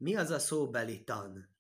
Mi az a szóbeli tan?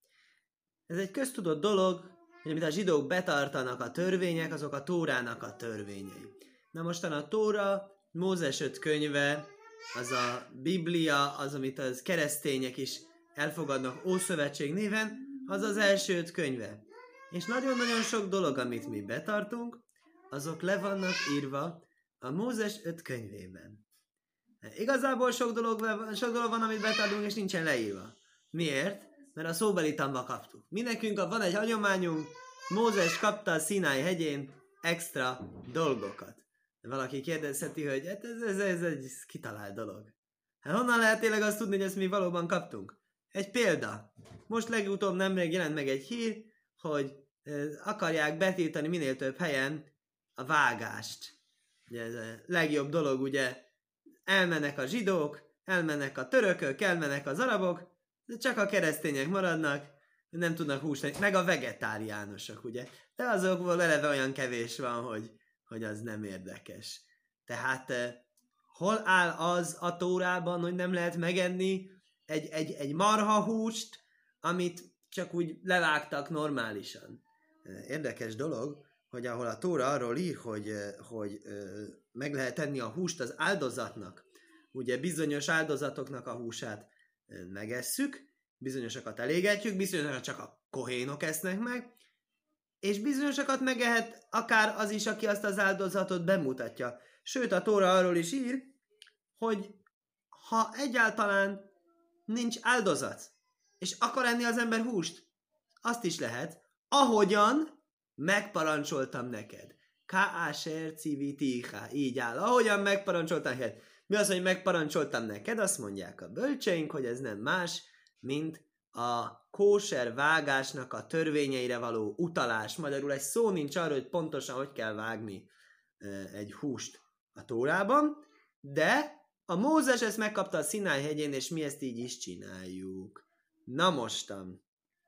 Ez egy köztudott dolog, hogy amit a zsidók betartanak a törvények, azok a Tórának a törvényei. Na mostan a Tóra, Mózes 5 könyve, az a Biblia, az, amit az keresztények is elfogadnak Ószövetség néven, az az első 5 könyve. És nagyon-nagyon sok dolog, amit mi betartunk, azok le vannak írva a Mózes 5 könyvében. Igazából sok dolog van, amit betartunk, és nincsen leírva. Miért? Mert a szóbeli tanba kaptuk. Mi nekünk van egy hagyományunk, Mózes kapta a Színáj hegyén extra dolgokat. Valaki kérdezheti, hogy ez egy kitalált dolog. Hát honnan lehet tényleg azt tudni, hogy ezt mi valóban kaptunk? Egy példa. Most legutóbb nemrég jelent meg egy hír, hogy akarják betiltani minél több helyen a vágást. Ugye ez a legjobb dolog, ugye elmennek a zsidók, elmennek a törökök, elmennek az arabok, de csak a keresztények maradnak, nem tudnak húst tenni, meg a vegetáriánusok, ugye. De azokból eleve olyan kevés van, hogy az nem érdekes. Tehát hol áll az a Tórában, hogy nem lehet megenni egy marha húst, amit csak úgy levágtak normálisan. Érdekes dolog, hogy ahol a Tóra arról ír, hogy meg lehet enni a húst az áldozatnak, ugye bizonyos áldozatoknak a húsát megesszük, bizonyosakat elégetjük, bizonyosakat csak a kohénok esznek meg, és bizonyosakat megehet akár az is, aki azt az áldozatot bemutatja. Sőt, a Tóra arról is ír, hogy ha egyáltalán nincs áldozat, és akar enni az ember húst, azt is lehet, ahogyan megparancsoltam neked. Káser civitiha, így áll, ahogyan megparancsoltam neked. Mi az, hogy megparancsoltam neked? Azt mondják a bölcseink, hogy ez nem más, mint a kóser vágásnak a törvényeire való utalás. Magyarul egy szó nincs arról, hogy pontosan hogy kell vágni egy húst a Tórában, de a Mózes ezt megkapta a Szináj hegyén, és mi ezt így is csináljuk. Na mostan,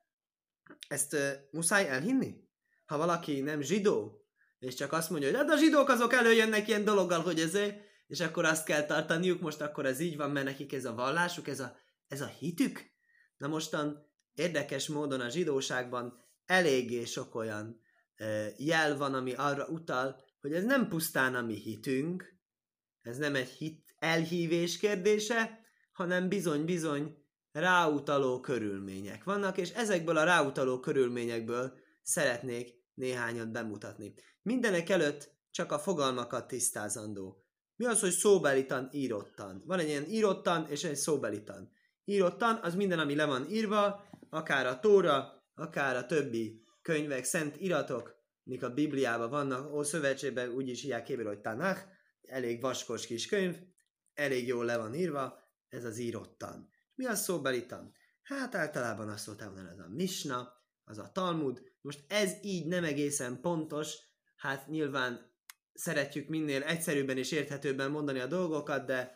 ezt muszáj elhinni? Ha valaki nem zsidó, és csak azt mondja, hogy hát a zsidók azok előjönnek ilyen dologgal, hogy és akkor azt kell tartaniuk, most akkor ez így van, mert nekik ez a vallásuk, ez a hitük. Na mostan érdekes módon a zsidóságban eléggé sok olyan jel van, ami arra utal, hogy ez nem pusztán a mi hitünk, ez nem egy hit elhívés kérdése, hanem bizony-bizony ráutaló körülmények vannak, és ezekből a ráutaló körülményekből szeretnék néhányat bemutatni. Mindenek előtt csak a fogalmakat tisztázandó. Mi az, hogy szóbelitan, írottan? Van egy ilyen írottan és egy szóbelitan. Írottan az minden, ami le van írva, akár a Tóra, akár a többi könyvek, szent iratok, mik a Bibliában vannak, Ószövetségben úgy is hívják Héberül, hogy Tanach, elég vaskos kis könyv, elég jól le van írva, ez az írottan. Mi az szóbelitan? Hát általában azt szóltam, hogy ez a Misna, az a Talmud. Most ez így nem egészen pontos, hát nyilván szeretjük minél egyszerűbben és érthetőbben mondani a dolgokat, de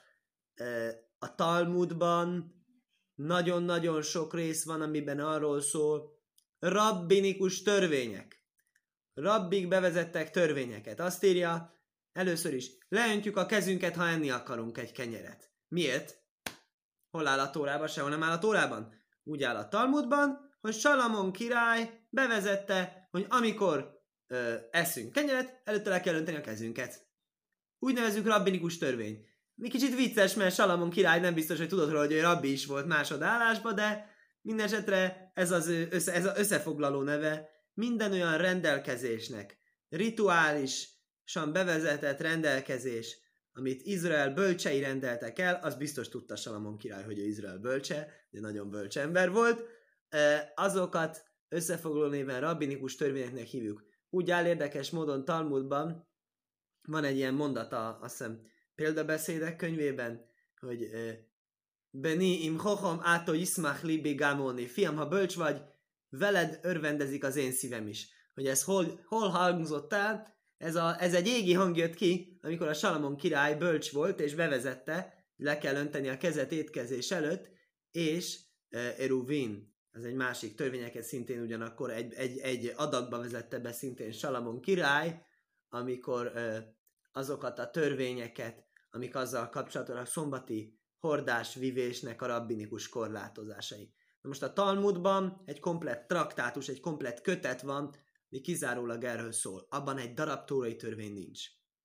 a Talmudban nagyon-nagyon sok rész van, amiben arról szól, rabbinikus törvények. Rabbik bevezettek törvényeket. Azt írja, először is, leöntjük a kezünket, ha enni akarunk egy kenyeret. Miért? Hol áll a Tórában? Sehol nem áll a Tórában. Úgy áll a Talmudban, hogy Salamon király bevezette, hogy amikor eszünk kenyeret, előtte le kell önteni a kezünket. Úgy nevezzük rabbinikus törvény. Mi kicsit vicces, mert Salamon király nem biztos, hogy tudod róla, hogy ő rabbi is volt másodállásban, de minden esetre ez az összefoglaló neve minden olyan rendelkezésnek, rituálisan bevezetett rendelkezés, amit Izrael bölcsei rendeltek el, az biztos tudta Salamon király, hogy ő Izrael bölcse, de nagyon bölcs ember volt, azokat összefoglaló néven rabbinikus törvényeknek hívjuk. Úgy áll érdekes módon Talmudban, van egy ilyen mondata, azt hiszem, példabeszédek könyvében, hogy Beni im chochom áto iszmach libi gamoni, fiam, ha bölcs vagy, veled örvendezik az én szívem is. Hogy ez hol hangzott el, ez egy égi hang jött ki, amikor a Salamon király bölcs volt, és bevezette, le kell önteni a kezet étkezés előtt, és Eruvin, ez egy másik törvényeket szintén ugyanakkor egy adagba vezette be szintén Salamon király, amikor azokat a törvényeket, amik azzal kapcsolatosak, szombati hordás-vivésnek a rabbinikus korlátozásai. Na most a Talmudban egy komplett traktátus, egy komplett kötet van, ami kizárólag erről szól. Abban egy darab tórai törvény nincs.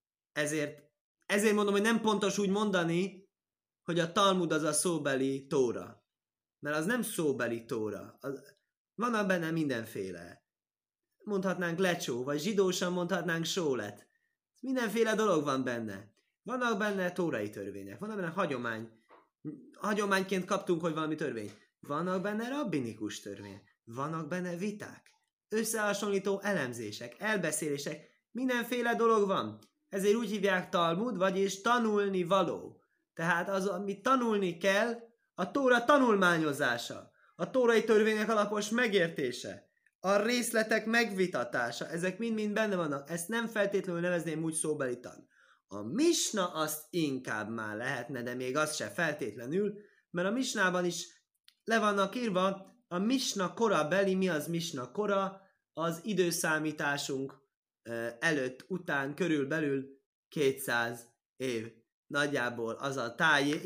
Ezért mondom, hogy nem pontos úgy mondani, hogy a Talmud az a szóbeli tóra. Mert az nem szóbeli tóra. Vannak benne mindenféle. Mondhatnánk lecsó, vagy zsidósan mondhatnánk sólet. Mindenféle dolog van benne. Vannak benne tórai törvények, vannak benne hagyomány. Hagyományként kaptunk, hogy valami törvény. Vannak benne rabbinikus törvények. Vannak benne viták. Összehasonlító elemzések, elbeszélések. Mindenféle dolog van. Ezért úgy hívják Talmud, vagyis tanulni való. Tehát az, amit tanulni kell, a tóra tanulmányozása. A tórai törvények alapos megértése. A részletek megvitatása. Ezek mind-mind benne vannak. Ezt nem feltétlenül nevezném úgy szóbeli tan. A misna azt inkább már lehetne, de még az se feltétlenül, mert a misnában is le vannak írva, a misna kora beli, mi az misna kora? Az időszámításunk előtt, után, körülbelül 200 év. Nagyjából az a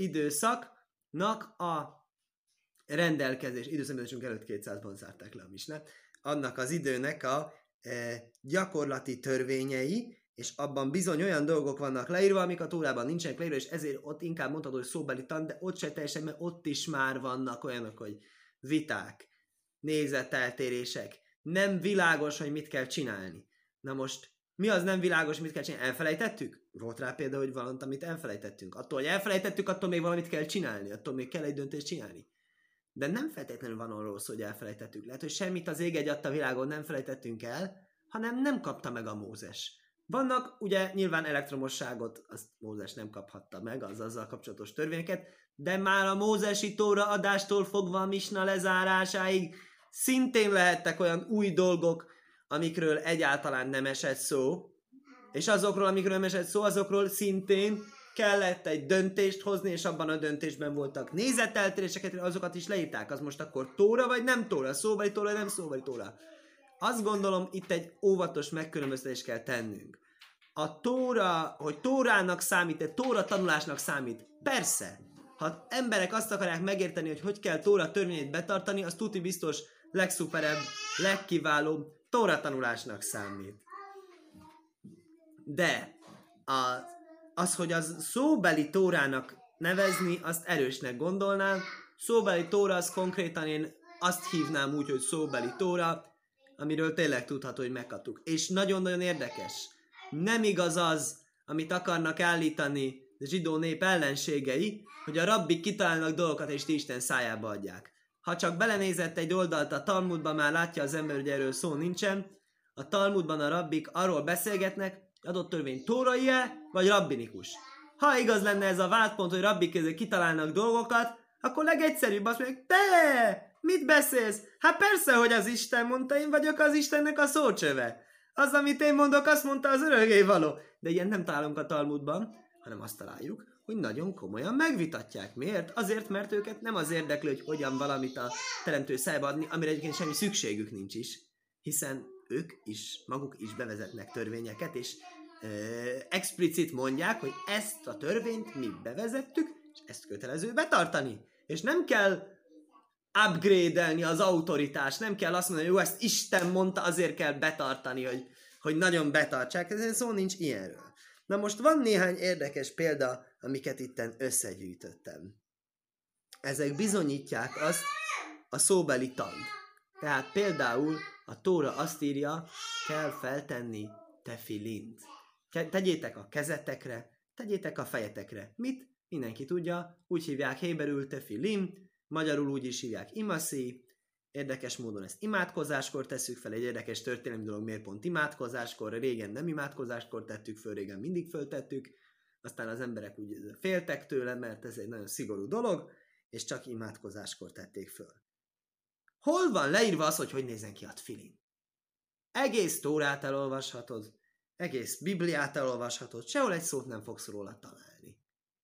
időszaknak a rendelkezés, időszámításunk előtt 200-ban zárták le a misnát, annak az időnek a gyakorlati törvényei, és abban bizony olyan dolgok vannak leírva, amik a Tórában nincsenek leírva, és ezért ott inkább mondható, hogy szóbeli tan, de ott se teljesen, mert ott is már vannak olyanok, hogy viták, nézeteltérések, nem világos, hogy mit kell csinálni. Na most, mi az nem világos, mit kell csinálni? Elfelejtettük? Volt rá például, hogy valamit, amit elfelejtettünk. Attól, hogy elfelejtettük, attól még valamit kell csinálni, attól még kell egy döntést csinálni. De nem feltétlenül van arról szó, hogy elfelejtettük. Lehet, hogy semmit az ég egyatt a világon nem felejtettünk el, hanem nem kapta meg a Mózes. Vannak ugye nyilván elektromosságot, azt Mózes nem kaphatta meg, az azzal kapcsolatos törvényeket, de már a mózesi tóra adástól fogva a misna lezárásáig szintén lehettek olyan új dolgok, amikről egyáltalán nem esett szó, és azokról, amikről nem esett szó, azokról szintén kellett egy döntést hozni, és abban a döntésben voltak nézeteltéréseket, azokat is leírták. Az most akkor tóra vagy nem tóra? Szóbeli tóra, nem szóbeli tóra? Azt gondolom, itt egy óvatos megkülönböztetést kell tennünk. A tóra, hogy tórának számít, tóra tanulásnak számít. Persze, ha emberek azt akarják megérteni, hogy kell tóra törvényét betartani, az tuti biztos legszuperebb, legkiválóbb tóra tanulásnak számít. De az, hogy az szóbeli tórának nevezni, azt erősnek gondolnám. Szóbeli tóra, az konkrétan én azt hívnám úgy, hogy szóbeli tóra, amiről tényleg tudható, hogy megkaptuk. És nagyon-nagyon érdekes. Nem igaz az, amit akarnak állítani a zsidó nép ellenségei, hogy a rabbik kitalálnak dolgokat, és ti Isten szájába adják. Ha csak belenézett egy oldalt a Talmudban, már látja az ember, hogy erről szó nincsen. A Talmudban a rabbik arról beszélgetnek, adott törvény tórai-e, vagy rabbinikus. Ha igaz lenne ez a vádpont, hogy rabbik kitalálnak dolgokat, akkor legegyszerűbb azt mondják, te, mit beszélsz? Hát persze, hogy az Isten mondta, én vagyok az Istennek a szócsöve. Az, amit én mondok, azt mondta az örökkévaló. De ilyen nem találunk a Talmudban, hanem azt találjuk, hogy nagyon komolyan megvitatják. Miért? Azért, mert őket nem az érdekli, hogy hogyan valamit a teremtő szájba adni, amire egyébként semmi szükségük nincs is, hiszen ők is, maguk is bevezetnek törvényeket, és explicit mondják, hogy ezt a törvényt mi bevezettük, és ezt kötelező betartani. És nem kell upgrade-elni az autoritást, nem kell azt mondani, hogy jó, ezt Isten mondta, azért kell betartani, hogy nagyon betartsák, ez szó nincs ilyenről. Na most van néhány érdekes példa, amiket itten összegyűjtöttem. Ezek bizonyítják azt a szóbeli tant. Tehát például a Tóra azt írja, kell feltenni tefilint. Tegyétek a kezetekre, tegyétek a fejetekre. Mit? Mindenki tudja, úgy hívják héberül tefilim, magyarul úgy is hívják imaszi. Érdekes módon ezt imádkozáskor tesszük fel, egy érdekes történelmi dolog, miért pont imádkozáskor, régen nem imádkozáskor tettük föl, régen mindig föltettük, aztán az emberek úgy féltek tőle, mert ez egy nagyon szigorú dolog, és csak imádkozáskor tették föl. Hol van leírva az, hogy nézzen ki a tfilin? Egész Tórát elolvashatod, egész Bibliát elolvashatod, sehol egy szót nem fogsz róla találni.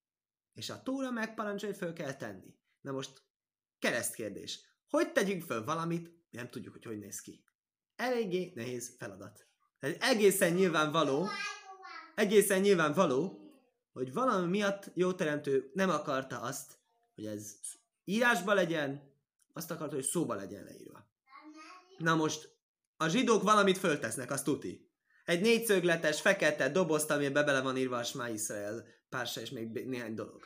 És a Tóra megparancsolja, hogy föl kell tenni. Na most keresztkérdés. Hogy tegyünk föl valamit, nem tudjuk, hogy néz ki. Eléggé nehéz feladat. Tehát egészen nyilvánvaló, hogy valami miatt Jóteremtő nem akarta azt, hogy ez írásba legyen, azt akarta, hogy szóba legyen leírva. Na most, a zsidók valamit föltesznek, azt tuti. Egy négyszögletes, fekete dobozt, amiben bele van írva a Smá Iszrael, pársa és még néhány dolog.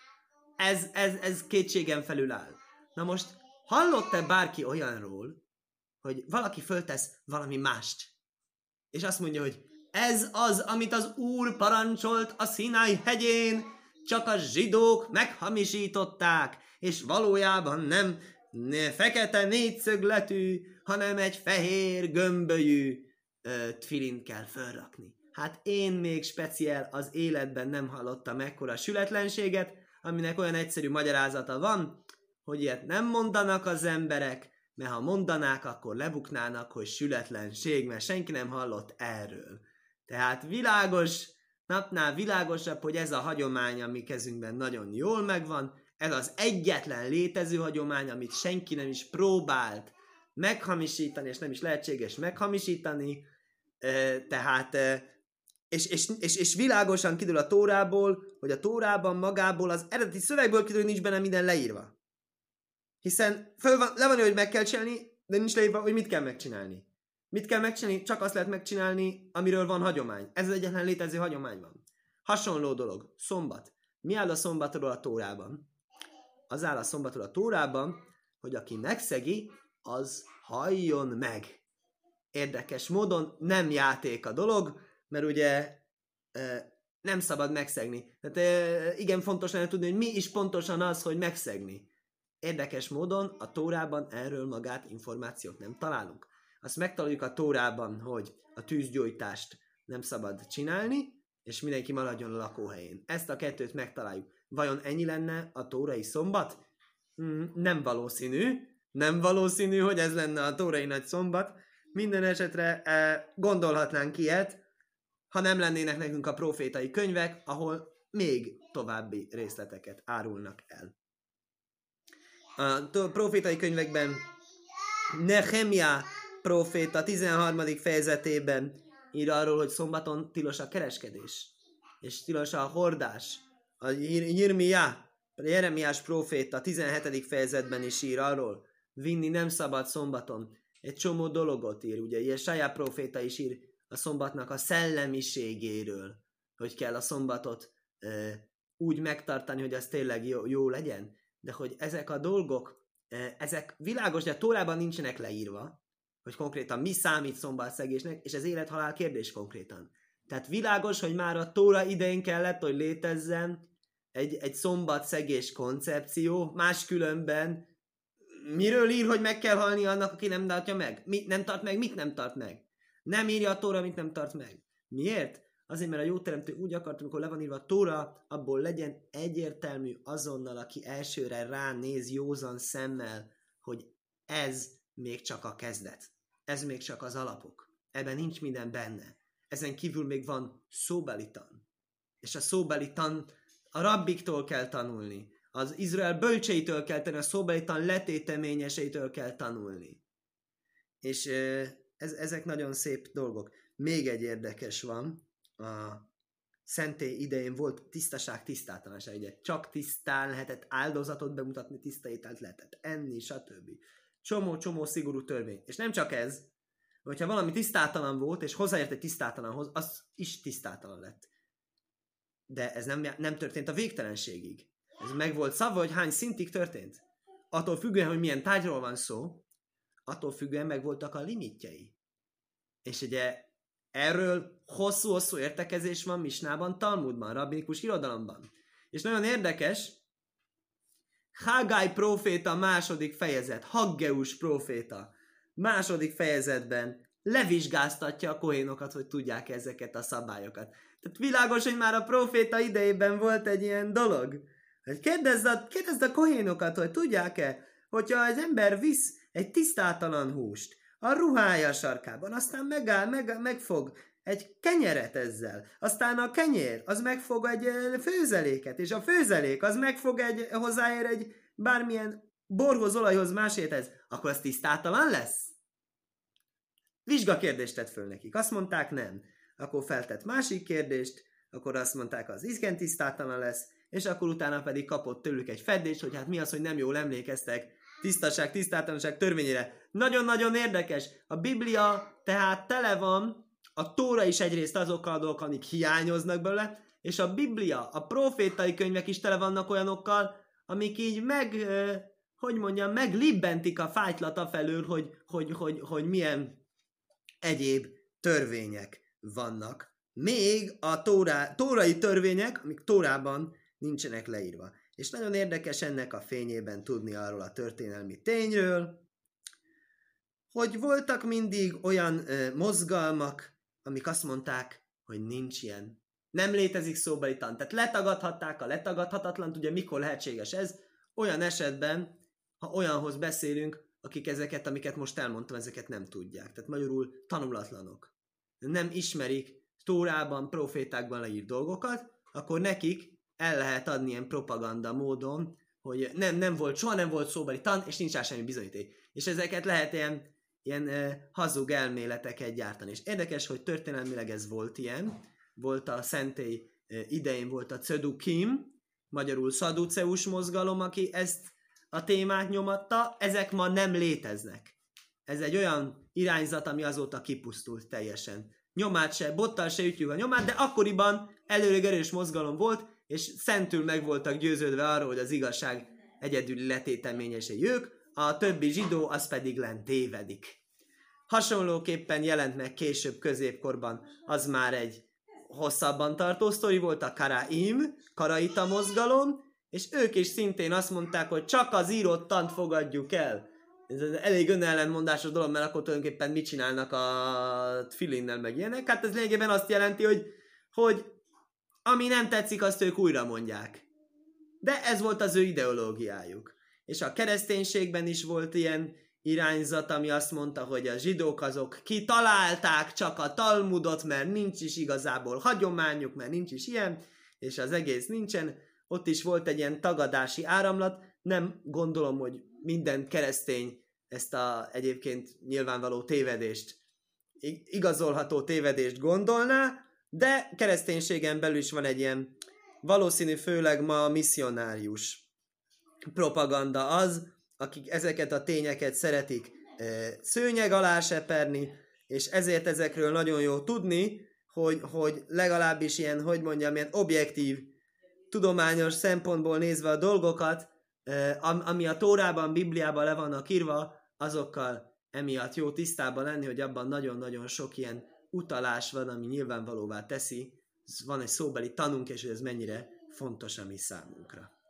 Ez kétségen felül áll. Na most, hallott-e bárki olyanról, hogy valaki föltesz valami mást, és azt mondja, hogy ez az, amit az Úr parancsolt a Szináj hegyén, csak a zsidók meghamisították, és valójában nem fekete négyszögletű, hanem egy fehér gömbölyű tfilint kell fölrakni. Hát én még speciál az életben nem hallottam ekkora sületlenséget, aminek olyan egyszerű magyarázata van, hogy ilyet nem mondanak az emberek, mert ha mondanák, akkor lebuknának, hogy sületlenség, mert senki nem hallott erről. Tehát világos, napnál világosabb, hogy ez a hagyomány, ami kezünkben nagyon jól megvan, ez az egyetlen létező hagyomány, amit senki nem is próbált meghamisítani, és nem is lehetséges meghamisítani, tehát, és világosan kiderül a Tórából, hogy a Tórában magából az eredeti szövegből kiderül, hogy nincs benne minden leírva. Hiszen le van, hogy meg kell csinálni, de nincs leírva, hogy mit kell megcsinálni. Mit kell megcsinálni? Csak azt lehet megcsinálni, amiről van hagyomány. Ez az egyetlen létező hagyomány van. Hasonló dolog. Szombat. Mi áll a szombatról a Tórában? Az áll a szombatról a Tórában, hogy aki megszegi, az halljon meg. Érdekes módon nem játék a dolog, mert ugye nem szabad megszegni. Tehát igen fontos lenne tudni, hogy mi is pontosan az, hogy megszegni. Érdekes módon a Tórában erről magát információt nem találunk. Azt megtaláljuk a Tórában, hogy a tűzgyújtást nem szabad csinálni, és mindenki maradjon a lakóhelyén. Ezt a kettőt megtaláljuk. Vajon ennyi lenne a tórai szombat? Nem valószínű. Nem valószínű, hogy ez lenne a tórai nagy szombat. Minden esetre gondolhatnánk ilyet, ha nem lennének nekünk a profétai könyvek, ahol még további részleteket árulnak el. A profétai könyvekben Nehemia proféta 13. fejezetében ír arról, hogy szombaton tilos a kereskedés, és tilos a hordás. A Jeremiás proféta 17. fejezetben is ír arról, vinni nem szabad szombaton. Egy csomó dologot ír, ugye Jesaja proféta is ír a szombatnak a szellemiségéről, hogy kell a szombatot úgy megtartani, hogy az tényleg jó legyen. De hogy ezek a dolgok, ezek világos, de a Tórában nincsenek leírva, hogy konkrétan mi számít szombatszegésnek, és ez élet-halál kérdés konkrétan. Tehát világos, hogy már a Tóra idején kellett, hogy létezzen egy szombatszegés koncepció, máskülönben miről ír, hogy meg kell halni annak, aki nem tartja meg? Mit nem tart meg, mit nem tart meg? Nem írja a Tóra, mit nem tart meg. Miért? Azért, mert a jóteremtő úgy akart, amikor le van írva a Tóra, abból legyen egyértelmű azonnal, aki elsőre ránéz józan szemmel, hogy ez még csak a kezdet. Ez még csak az alapok. Ebben nincs minden benne. Ezen kívül még van szóbeli tan. És a szóbeli tan a rabbiktól kell tanulni. Az Izrael bölcseitől kell tanulni, a szóbeli tan letéteményeseitől kell tanulni. És ezek nagyon szép dolgok. Még egy érdekes van. A szentély idején volt tisztaság, tisztátalanság. Ugye csak tisztán lehetett áldozatot bemutatni, tiszta ételt lehetett enni, stb. Csomó szigorú törvény. És nem csak ez, hogyha valami tisztátalan volt, és hozzáért egy tisztátalanhoz, az is tisztátalan lett. De ez nem történt a végtelenségig. Ez meg volt szabva, hogy hány szintig történt. Attól függően, hogy milyen tárgyról van szó, attól függően meg voltak a limitjei. És ugye erről hosszú értekezés van Misnában, Talmudban, rabbinikus irodalomban. És nagyon érdekes, Haggai próféta második fejezet, Haggeus próféta második fejezetben levizsgáztatja a kohénokat, hogy tudják ezeket a szabályokat. Tehát világos, hogy már a próféta idejében volt egy ilyen dolog. Kérdezd a kohénokat, hogy tudják-e, hogyha az ember visz egy tisztátalan húst a ruhája sarkában, aztán megfog egy kenyeret ezzel, aztán a kenyér az megfog egy főzeléket, és a főzelék az megfog hozzáér egy bármilyen borhoz, olajhoz, másérthez, akkor az tisztátalan lesz? Vizsgakérdést tett föl nekik. Azt mondták nem. Akkor feltett másik kérdést, akkor azt mondták az igen tisztátalan lesz, és akkor utána pedig kapott tőlük egy fedést, hogy hát mi az, hogy nem jól emlékeztek tisztaság, tisztátalanság törvényére. Nagyon-nagyon érdekes. A Biblia tehát tele van, a Tóra is egyrészt azokkal a dolgokkal, amik hiányoznak belőle, és a Biblia, a profétai könyvek is tele vannak olyanokkal, amik így meglibbentik a fájtlata felől, hogy milyen egyéb törvények vannak. Még a tórai törvények, amik Tórában nincsenek leírva. És nagyon érdekes ennek a fényében tudni arról a történelmi tényről, hogy voltak mindig olyan mozgalmak, amik azt mondták, hogy nincs ilyen. Nem létezik szóbeli tan. Tehát letagadhatták a letagadhatatlant, ugye mikor lehetséges ez? Olyan esetben, ha olyanhoz beszélünk, akik ezeket, amiket most elmondtam, ezeket nem tudják. Tehát magyarul tanulatlanok. Nem ismerik Tórában, profétákban leírt dolgokat, akkor nekik el lehet adni ilyen propaganda módon, hogy soha nem volt szóbeli tan, és nincs rá semmi bizonyíték. És ezeket lehet ilyen hazug elméleteket gyártani. És érdekes, hogy történelmileg ez volt ilyen. Volt a szentély idején volt a Cedukim, magyarul szaduceus mozgalom, aki ezt a témát nyomatta. Ezek ma nem léteznek. Ez egy olyan irányzat, ami azóta kipusztult teljesen. Nyomát se, bottal se ütjük a nyomát, de akkoriban előre erős mozgalom volt, és szentül meg voltak győződve arról, hogy az igazság egyedüli letéteményesei ők, a többi zsidó az pedig lent tévedik. Hasonlóképpen jelent meg később középkorban, az már egy hosszabban tartó sztori volt, a karaita mozgalom, és ők is szintén azt mondták, hogy csak az írott tant fogadjuk el. Ez elég önellenmondásos dolog, mert akkor tulajdonképpen mit csinálnak a filinnel meg ilyenek. Hát ez lényegében azt jelenti, hogy ami nem tetszik, azt ők újra mondják. De ez volt az ő ideológiájuk. És a kereszténységben is volt ilyen irányzat, ami azt mondta, hogy a zsidók azok kitalálták csak a Talmudot, mert nincs is igazából hagyományuk, mert nincs is ilyen, és az egész nincsen. Ott is volt egy ilyen tagadási áramlat. Nem gondolom, hogy minden keresztény ezt a egyébként nyilvánvaló tévedést, igazolható tévedést gondolná, de kereszténységen belül is van egy ilyen valószínű, főleg ma misszionárius propaganda az, akik ezeket a tényeket szeretik szőnyeg alá seperni, és ezért ezekről nagyon jó tudni, hogy legalábbis ilyen, ilyen objektív, tudományos szempontból nézve a dolgokat, ami a Tórában, Bibliában le vannak írva, azokkal emiatt jó tisztában lenni, hogy abban nagyon-nagyon sok ilyen utalás van, ami nyilvánvalóvá teszi, van egy szóbeli tanunk, és hogy ez mennyire fontos a mi számunkra.